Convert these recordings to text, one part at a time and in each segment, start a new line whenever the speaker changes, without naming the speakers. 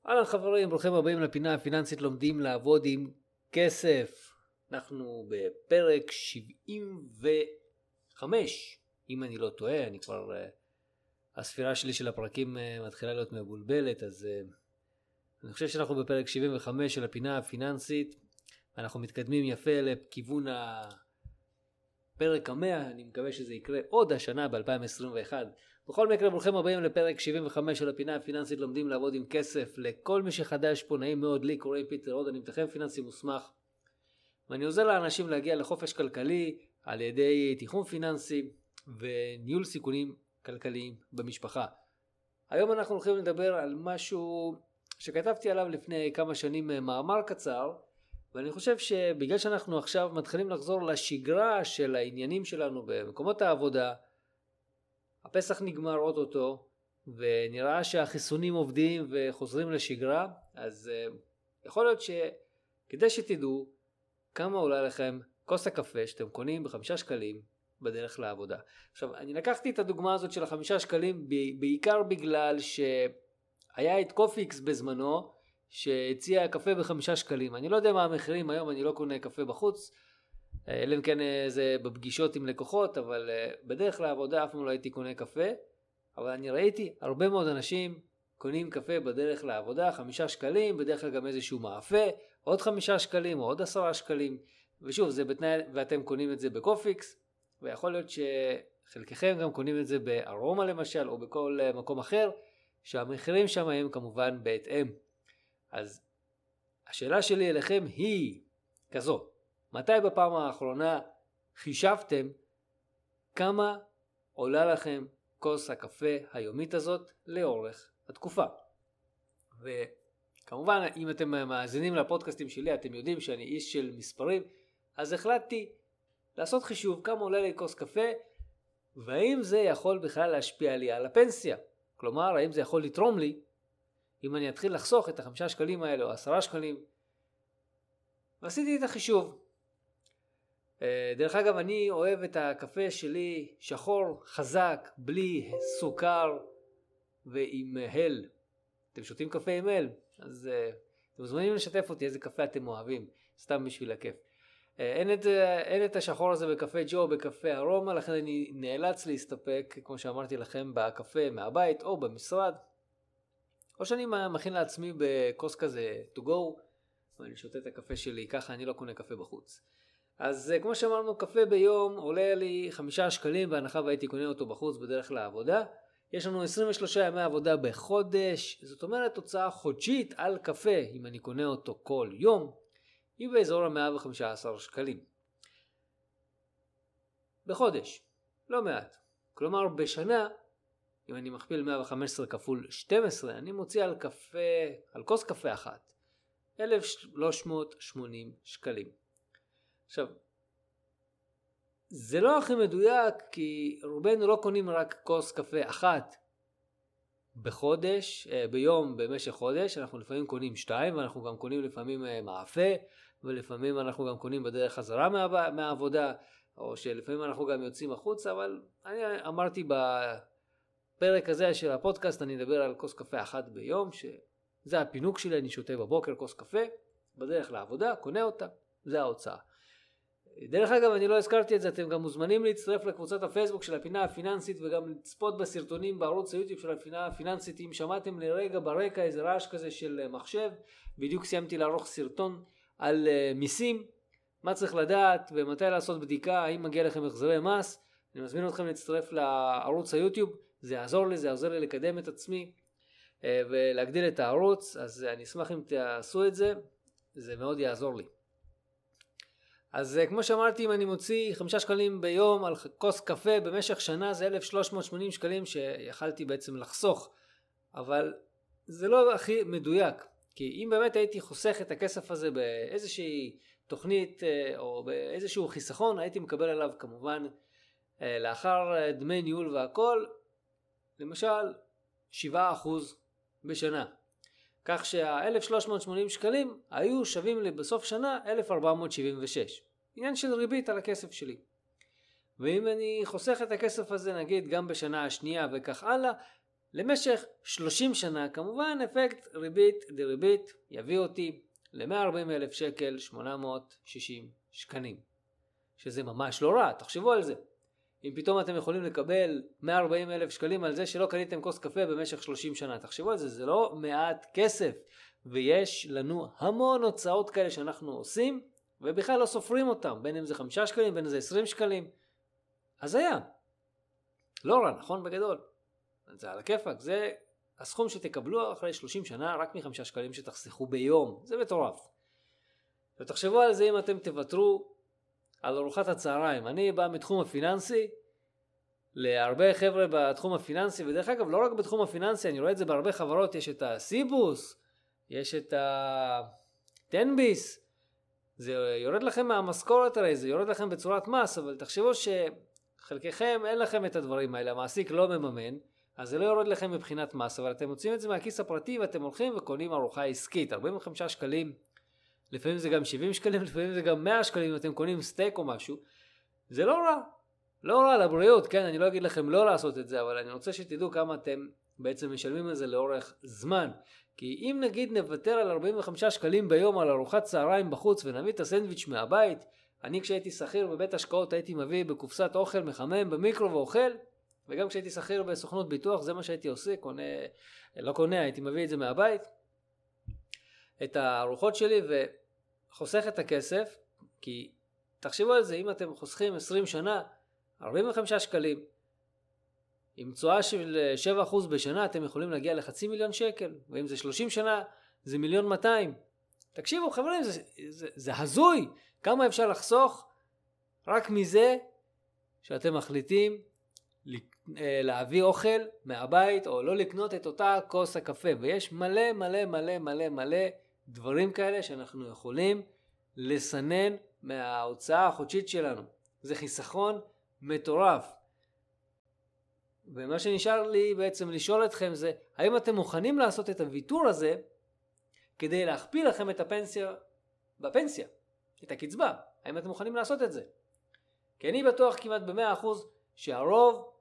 אהלן חברים, ברוכים הבאים לפינה הפיננסית לומדים לעבוד עם כסף. אנחנו בפרק 75, אם אני לא טועה, אני כבר, הספירה שלי של הפרקים מתחילה להיות מבולבלת, אז אני חושב שאנחנו בפרק 75 של הפינה הפיננסית, אנחנו מתקדמים יפה לכיוון הפרק ה-100, אני מקווה שזה יקרה עוד השנה ב-2021. בכל מקרה, ברוכים הבאים לפרק 75 של הפינה הפיננסית לומדים לעבוד עם כסף. לכל מי שחדש פה, נעים מאוד, לי קוראים פיטר הוד, אני מתכנן פיננסי מוסמך, ואני עוזר לאנשים להגיע לחופש כלכלי על ידי תיחום פיננסי וניהול סיכונים כלכליים במשפחה. היום אנחנו הולכים לדבר על משהו שכתבתי עליו לפני כמה שנים, מאמר קצר, ואני חושב שבגלל שאנחנו עכשיו מתחילים לחזור לשגרה של העניינים שלנו במקומות העבודה, הפסח נגמר אוטוטו, ונראה שהחיסונים עובדים וחוזרים לשגרה, אז יכול להיות שכדי שתדעו כמה עולה לכם כוס הקפה שאתם קונים ב5 שקלים בדרך לעבודה. עכשיו, אני לקחתי את הדוגמה הזאת של ה5 שקלים בעיקר בגלל שהיה את קופיקס בזמנו שהציע קפה ב5 שקלים. אני לא יודע מה המחירים היום, אני לא קונה קפה בחוץ, אלא אם כן זה בפגישות עם לקוחות, אבל בדרך לעבודה אף פעם לא הייתי קונה קפה, אבל אני ראיתי הרבה מאוד אנשים קונים קפה בדרך לעבודה, 5 שקלים, בדרך כלל גם איזשהו מאפה, עוד 5 שקלים או עוד 10 שקלים, ושוב, זה בתנאי, ואתם קונים את זה בקופיקס, ויכול להיות שחלקכם גם קונים את זה בארומה למשל, או בכל מקום אחר, שהמחירים שם הם כמובן בהתאם. אז השאלה שלי אליכם היא כזו, מתי בפעם האחרונה חישבתם כמה עולה לכם כוס הקפה היומית הזאת לאורך התקופה? וכמובן, אם אתם מאזינים לפודקאסטים שלי, אתם יודעים שאני איש של מספרים, אז החלטתי לעשות חישוב כמה עולה לי כוס קפה, והאם זה יכול בכלל להשפיע לי על הפנסיה. כלומר, האם זה יכול לתרום לי, אם אני אתחיל לחסוך את ה5 שקלים האלה או 10 שקלים. ועשיתי את החישוב. דרך אגב, אני אוהב את הקפה שלי שחור, חזק, בלי סוכר ועם הל. אתם שותים קפה עם הל? אז אתם מוזמנים לשתף אותי איזה קפה אתם אוהבים, סתם בשביל הכיף. אין את השחור הזה בקפה ג'ו או בקפה ארומה, לכן אני נאלץ להסתפק, כמו שאמרתי לכם, בקפה מהבית או במשרד, או שאני מכין לעצמי בכוס כזה to go, ואני שותה את הקפה שלי, ככה אני לא קונה קפה בחוץ. אז כמו שאמרנו, קפה ביום עולה לי 5 שקלים, בהנחה והייתי קונה אותו בחוץ בדרך לעבודה. יש לנו 23 ימי עבודה בחודש, זאת אומרת תוצאה חודשית על קפה, אם אני קונה אותו כל יום, היא באזור ה-115 שקלים. בחודש, לא מעט. כלומר בשנה, אם אני מכפיל 115 כפול 12, אני מוציא על כוס קפה אחת, 1,380 שקלים. עכשיו, זה לא הכי מדויק, כי רובנו לא קונים רק כוס קפה אחת בחודש, ביום במשך חודש, אנחנו לפעמים קונים 2, ואנחנו גם קונים לפעמים מאפה, ולפעמים אנחנו גם קונים בדרך חזרה מהעבודה, או שלפעמים אנחנו גם יוצאים החוץ, אבל אני אמרתי בפרק הזה של הפודקאסט, אני אדבר על כוס קפה אחת ביום, שזה הפינוק שלי, אני שותה בבוקר כוס קפה, בדרך לעבודה, קונה אותה, זה ההוצאה. דרך אגב, אני לא הזכרתי את זה, אתם גם מוזמנים להצטרף לקבוצת הפייסבוק של הפינה הפיננסית, וגם לצפות בסרטונים בערוץ היוטיוב של הפינה הפיננסית. אם שמעתם לרגע ברקע איזה רעש כזה של מחשב, בדיוק סיימתי לערוך סרטון על מיסים, מה צריך לדעת ומתי לעשות בדיקה, האם מגיע לכם החזרי מס. אני מזמין אתכם להצטרף לערוץ היוטיוב, זה יעזור לי, זה יעזור לי לקדם את עצמי ולהגדיל את הערוץ, אז אני אשמח אם תעשו את זה, זה מאוד יעזור לי. אז כמו שאמרתי, אם אני מוציא 5 שקלים ביום על כוס קפה במשך שנה, זה 1,380 שקלים שיכלתי בעצם לחסוך. אבל זה לא הכי מדויק, כי אם באמת הייתי חוסך את הכסף הזה באיזושהי תוכנית או באיזשהו חיסכון, הייתי מקבל עליו כמובן לאחר דמי ניהול והכל, למשל 7% בשנה. כך שה-1,380 שקלים היו שווים לי בסוף שנה 1,476. עניין של ריבית על הכסף שלי. ואם אני חוסך את הכסף הזה נגיד גם בשנה השנייה וכך הלאה, למשך 30 שנה, כמובן אפקט ריבית דריבית יביא אותי ל-140,000 שקל 860 שקלים. שזה ממש לא רע, תחשבו על זה. אם פתאום אתם יכולים לקבל 140,000 שקלים על זה שלא קניתם כוס קפה במשך 30 שנה, תחשבו על זה, זה לא מעט כסף. ויש לנו המון הוצאות כאלה שאנחנו עושים, ובכלל לא סופרים אותם, בין אם זה 5 שקלים, בין אם זה 20 שקלים. אז היה. לא רע, נכון? בגדול. זה על הכיפק, זה הסכום שתקבלו אחרי 30 שנה, רק מ5 שקלים שתחסכו ביום. זה מטורף. ותחשבו על זה אם אתם תוותרו על ארוחת הצהריים. אני בא מתחום הפיננסי, להרבה חבר'ה בתחום הפיננסי, ודרך אגב לא רק בתחום הפיננסי, אני רואה את זה בהרבה חברות, יש את הסיבוס, יש את הטנביס, זה יורד לכם מהמשכורת הרי, זה יורד לכם בצורת מס, אבל תחשבו שחלקכם אין לכם את הדברים האלה, המעסיק לא מממן, אז זה לא יורד לכם מבחינת מס, אבל אתם מוצאים את זה מהכיס הפרטי ואתם הולכים וקונים ארוחה עסקית, 45 שקלים, לפעמים זה גם 70 שקלים, לפעמים זה גם 100 שקלים, אם אתם קונים סטייק או משהו, זה לא רע. לא רע לבריאות, כן, אני לא אגיד לכם לא לעשות את זה, אבל אני רוצה שתדעו כמה אתם בעצם משלמים על זה לאורך זמן. כי אם נגיד נוותר על 45 שקלים ביום על ארוחת צהריים בחוץ ונביא את הסנדוויץ' מהבית, אני כשהייתי שכיר בבית השקעות הייתי מביא בקופסת אוכל מחמם במיקרו ואוכל, וגם כשהייתי שכיר בסוכנות ביטוח זה מה שהייתי עושה, הייתי מביא את זה מהבית, את הארוחות שלי וחוסך את הכסף, כי תחשבו על זה, אם אתם חוסכים 20 שנה, 45 שקלים, עם תשואה של 7% בשנה, אתם יכולים להגיע ל500,000 שקל, ואם זה 30 שנה, זה 1,200,000. תקשיבו חברים, זה הזוי, כמה אפשר לחסוך רק מזה שאתם מחליטים להביא אוכל מהבית, או לא לקנות את אותה כוס הקפה, ויש מלא מלא מלא מלא מלא דברים כאלה שאנחנו יכולים לסנן מההוצאה החודשית שלנו. זה חיסכון מטורף. ומה שנשאר לי בעצם לשאול אתכם זה, האם אתם מוכנים לעשות את הוויתור הזה כדי להכפיל לכם את הפנסיה בפנסיה, את הקצבה? האם אתם מוכנים לעשות את זה? כי אני בטוח כמעט ב100% שהרוב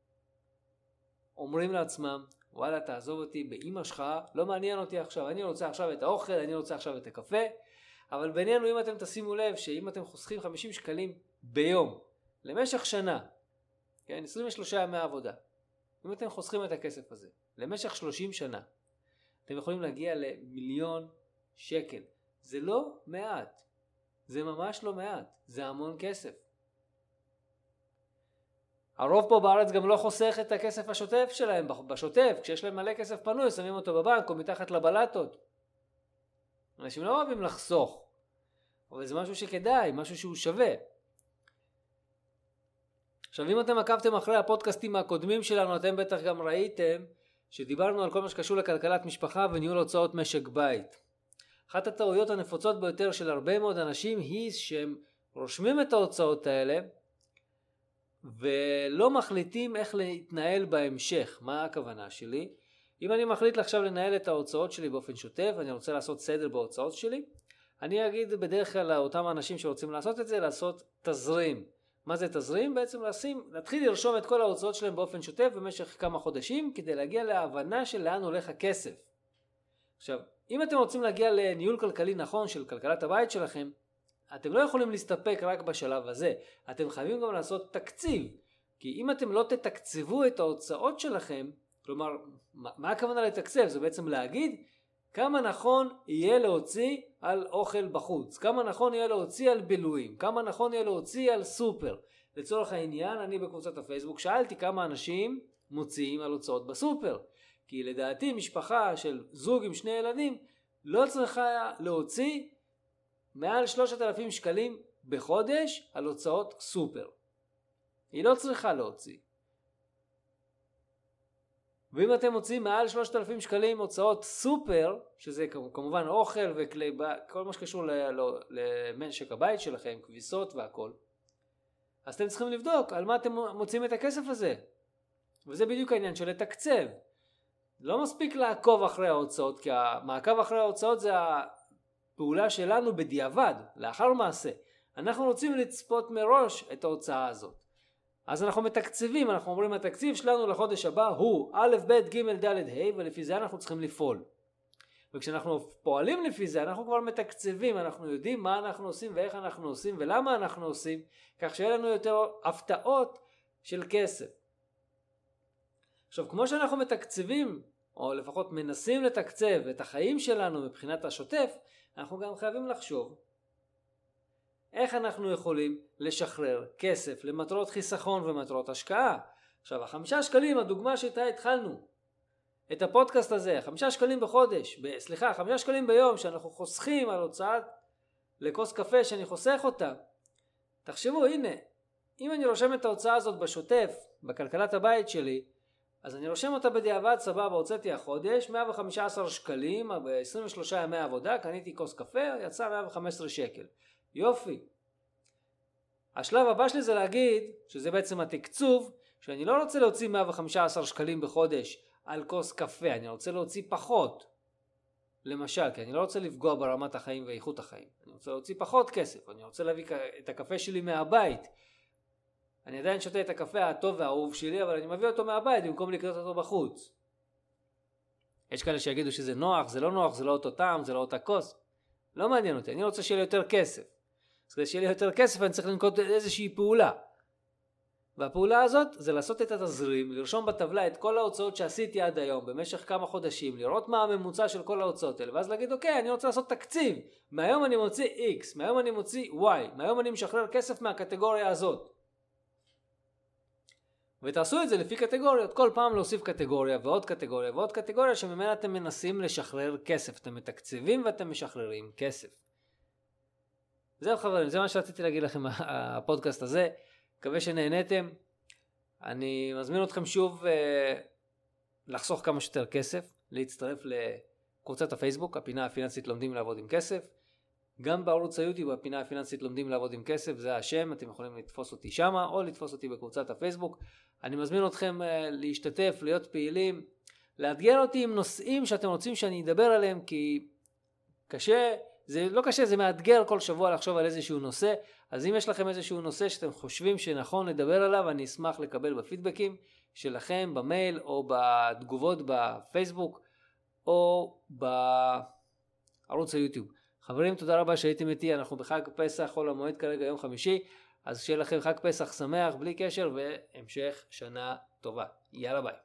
אומרים לעצמם, וואלה תעזוב אותי באמא שלך, לא מעניין אותי עכשיו, אני רוצה עכשיו את האוכל, אני רוצה עכשיו את הקפה, אבל בינינו אם אתם תשימו לב שאם אתם חוסכים 50 שקלים ביום למשך שנה, כן, 23 ימי עבודה, אם אתם חוסכים את הכסף הזה למשך 30 שנה, אתם יכולים להגיע ל1,000,000 שקל. זה לא מעט, זה ממש לא מעט, זה המון כסף. הרוב פה בארץ גם לא חוסך את הכסף השוטף שלהם, בשוטף, כשיש להם מלא כסף פנוי, שמים אותו בבנק או מתחת לבלטות. אנשים לא אוהבים לחסוך, אבל זה משהו שכדאי, משהו שהוא שווה. עכשיו אם אתם עקבתם אחרי הפודקאסטים הקודמים שלנו, אתם בטח גם ראיתם שדיברנו על כל מה שקשור לכלכלת משפחה וניהול הוצאות משק בית. אחת הטעויות הנפוצות ביותר של הרבה מאוד אנשים היא שהם רושמים את ההוצאות האלה ולא מחליטים איך להתנהל בהמשך. מה הכוונה שלי? אם אני מחליט עכשיו לנהל את ההוצאות שלי באופן שוטף, אני רוצה לעשות סדר בהוצאות שלי, אני אגיד בדרך כלל לאותם אנשים שרוצים לעשות את זה, לעשות תזרים. מה זה תזרים? בעצם להתחיל לרשום את כל ההוצאות שלהם באופן שוטף במשך כמה חודשים, כדי להגיע להבנה של לאן הולך הכסף. עכשיו, אם אתם רוצים להגיע לניהול כלכלי נכון של כלכלת הבית שלכם, אתם לא יכולים להסתפק רק בשלב הזה. אתם חייבים גם לעשות תקציב. כי אם אתם לא תתקצבו את ההוצאות שלכם, כלומר, מה הכוונה לתקצב? זה בעצם להגיד כמה נכון יהיה להוציא על אוכל בחוץ, כמה נכון יהיה להוציא על בילויים, כמה נכון יהיה להוציא על סופר. לצורך העניין, אני בקבוצת הפייסבוק שאלתי כמה אנשים מוציאים על הוצאות בסופר. כי לדעתי משפחה של זוג עם 2 ילדים לא צריכה להוציא מעל 3,000 שקלים בחודש על הוצאות סופר. היא לא צריכה להוציא. ואם אתם מוצאים מעל 3,000 שקלים הוצאות סופר, שזה כמובן אוכל וכלי, כל מה שקשור למשק הבית שלכם, כביסות והכל, אז אתם צריכים לבדוק על מה אתם מוצאים את הכסף הזה. וזה בדיוק העניין של לתקצב. לא מספיק לעקוב אחרי ההוצאות, כי המעקב אחרי ההוצאות זה הפעולה שלנו בדיעבד, לאחר מעשה. אנחנו רוצים לצפות מראש את ההוצאה הזאת. אז אנחנו מתקצבים, אנחנו אומרים התקציב שלנו לחודש הבא הוא א', ב', ג', ד', ה', ולפי זה אנחנו צריכים לפעול. וכשאנחנו פועלים לפי זה, אנחנו כבר מתקצבים, אנחנו יודעים מה אנחנו עושים ואיך אנחנו עושים ולמה אנחנו עושים, כך שיהיה לנו יותר הפתעות של כסף. עכשיו, כמו שאנחנו מתקצבים, או לפחות מנסים לתקצב את החיים שלנו מבחינת השוטף, אנחנו גם חייבים לחשוב איך אנחנו יכולים לשחרר כסף למטרות חיסכון ומטרות השקעה. עכשיו, 5 שקלים, הדוגמה שאיתה התחלנו, את הפודקאסט הזה, 5 שקלים בחודש, 5 שקלים ביום שאנחנו חוסכים על הוצאת לכוס קפה שאני חוסך אותה. תחשבו, הנה, אם אני רושם את ההוצאה הזאת בשוטף, בכלכלת הבית שלי, אז אני רושם אותה בדיעבד, סבבה, הוצאתי החודש, 115 שקלים, ב-23 ימי עבודה, קניתי כוס קפה, יצא 115 שקל. יופי. השלב הבא שלי זה להגיד, שזה בעצם התקצוב, שאני לא רוצה להוציא 115 שקלים בחודש על כוס קפה, אני רוצה להוציא פחות. למשל, כי אני לא רוצה לפגוע ברמת החיים ואיכות החיים. אני רוצה להוציא פחות כסף, אני רוצה להביא את הקפה שלי מהבית. אני עדיין שותה את הקפה הטוב והאהוב שלי, אבל אני מביא אותו מהבית במקום לקנות אותו בחוץ. יש כאלה שיגידו שזה נוח, זה לא נוח, זה לא אותו טעם, זה לא אותה כוס. לא מעניין אותי, אני רוצה שיהיה לי יותר כסף. אז כדי שיהיה לי יותר כסף אני צריך לנקוט איזושהי פעולה. והפעולה הזאת זה לעשות את התזרים, לרשום בטבלה את כל ההוצאות שעשיתי עד היום במשך כמה חודשים, לראות מה הממוצע של כל ההוצאות האלה, ואז להגיד אוקיי, אני רוצה לעשות תקציב, מהיום אני מוציא X, מהיום אני מוציא Y, מהיום אני משחרר כסף מהקטגוריה הזאת. ותעשו את זה לפי קטגוריות, כל פעם להוסיף קטגוריה ועוד קטגוריה ועוד קטגוריה שממנה אתם מנסים לשחרר כסף, אתם מתקצבים ואתם משחררים כסף. זהו חברים, זה מה שרציתי להגיד לכם הפודקאסט הזה. מקווה שנהניתם. אני מזמין אתכם שוב לחסוך כמה שיותר כסף, להצטרף לקבוצת הפייסבוק, הפינה הפיננסית לומדים לעבוד עם כסף. גם בערוץ היוטיוב, הפינה הפיננסית לומדים לעבוד עם כסף, זה השם, אתם יכולים לתפוס אותי שמה או לתפוס אותי בקבוצת הפייסבוק. אני מזמין אתכם להשתתף, להיות פעילים, לאתגר אותי עם נושאים שאתם רוצים שאני אדבר עליהם, כי קשה, זה לא קשה, זה מאתגר כל שבוע לחשוב על איזשהו נושא. אז אם יש לכם איזשהו נושא שאתם חושבים שנכון לדבר עליו, אני אשמח לקבל בפידבקים שלכם, במייל או בתגובות בפייסבוק או בערוץ היוטיוב. חברים, תודה רבה שהייתם איתי, אנחנו בחג פסח, חול המועד כרגע יום חמישי, אז שיהיה לכם חג פסח שמח בלי קשר והמשך שנה טובה. יאללה ביי.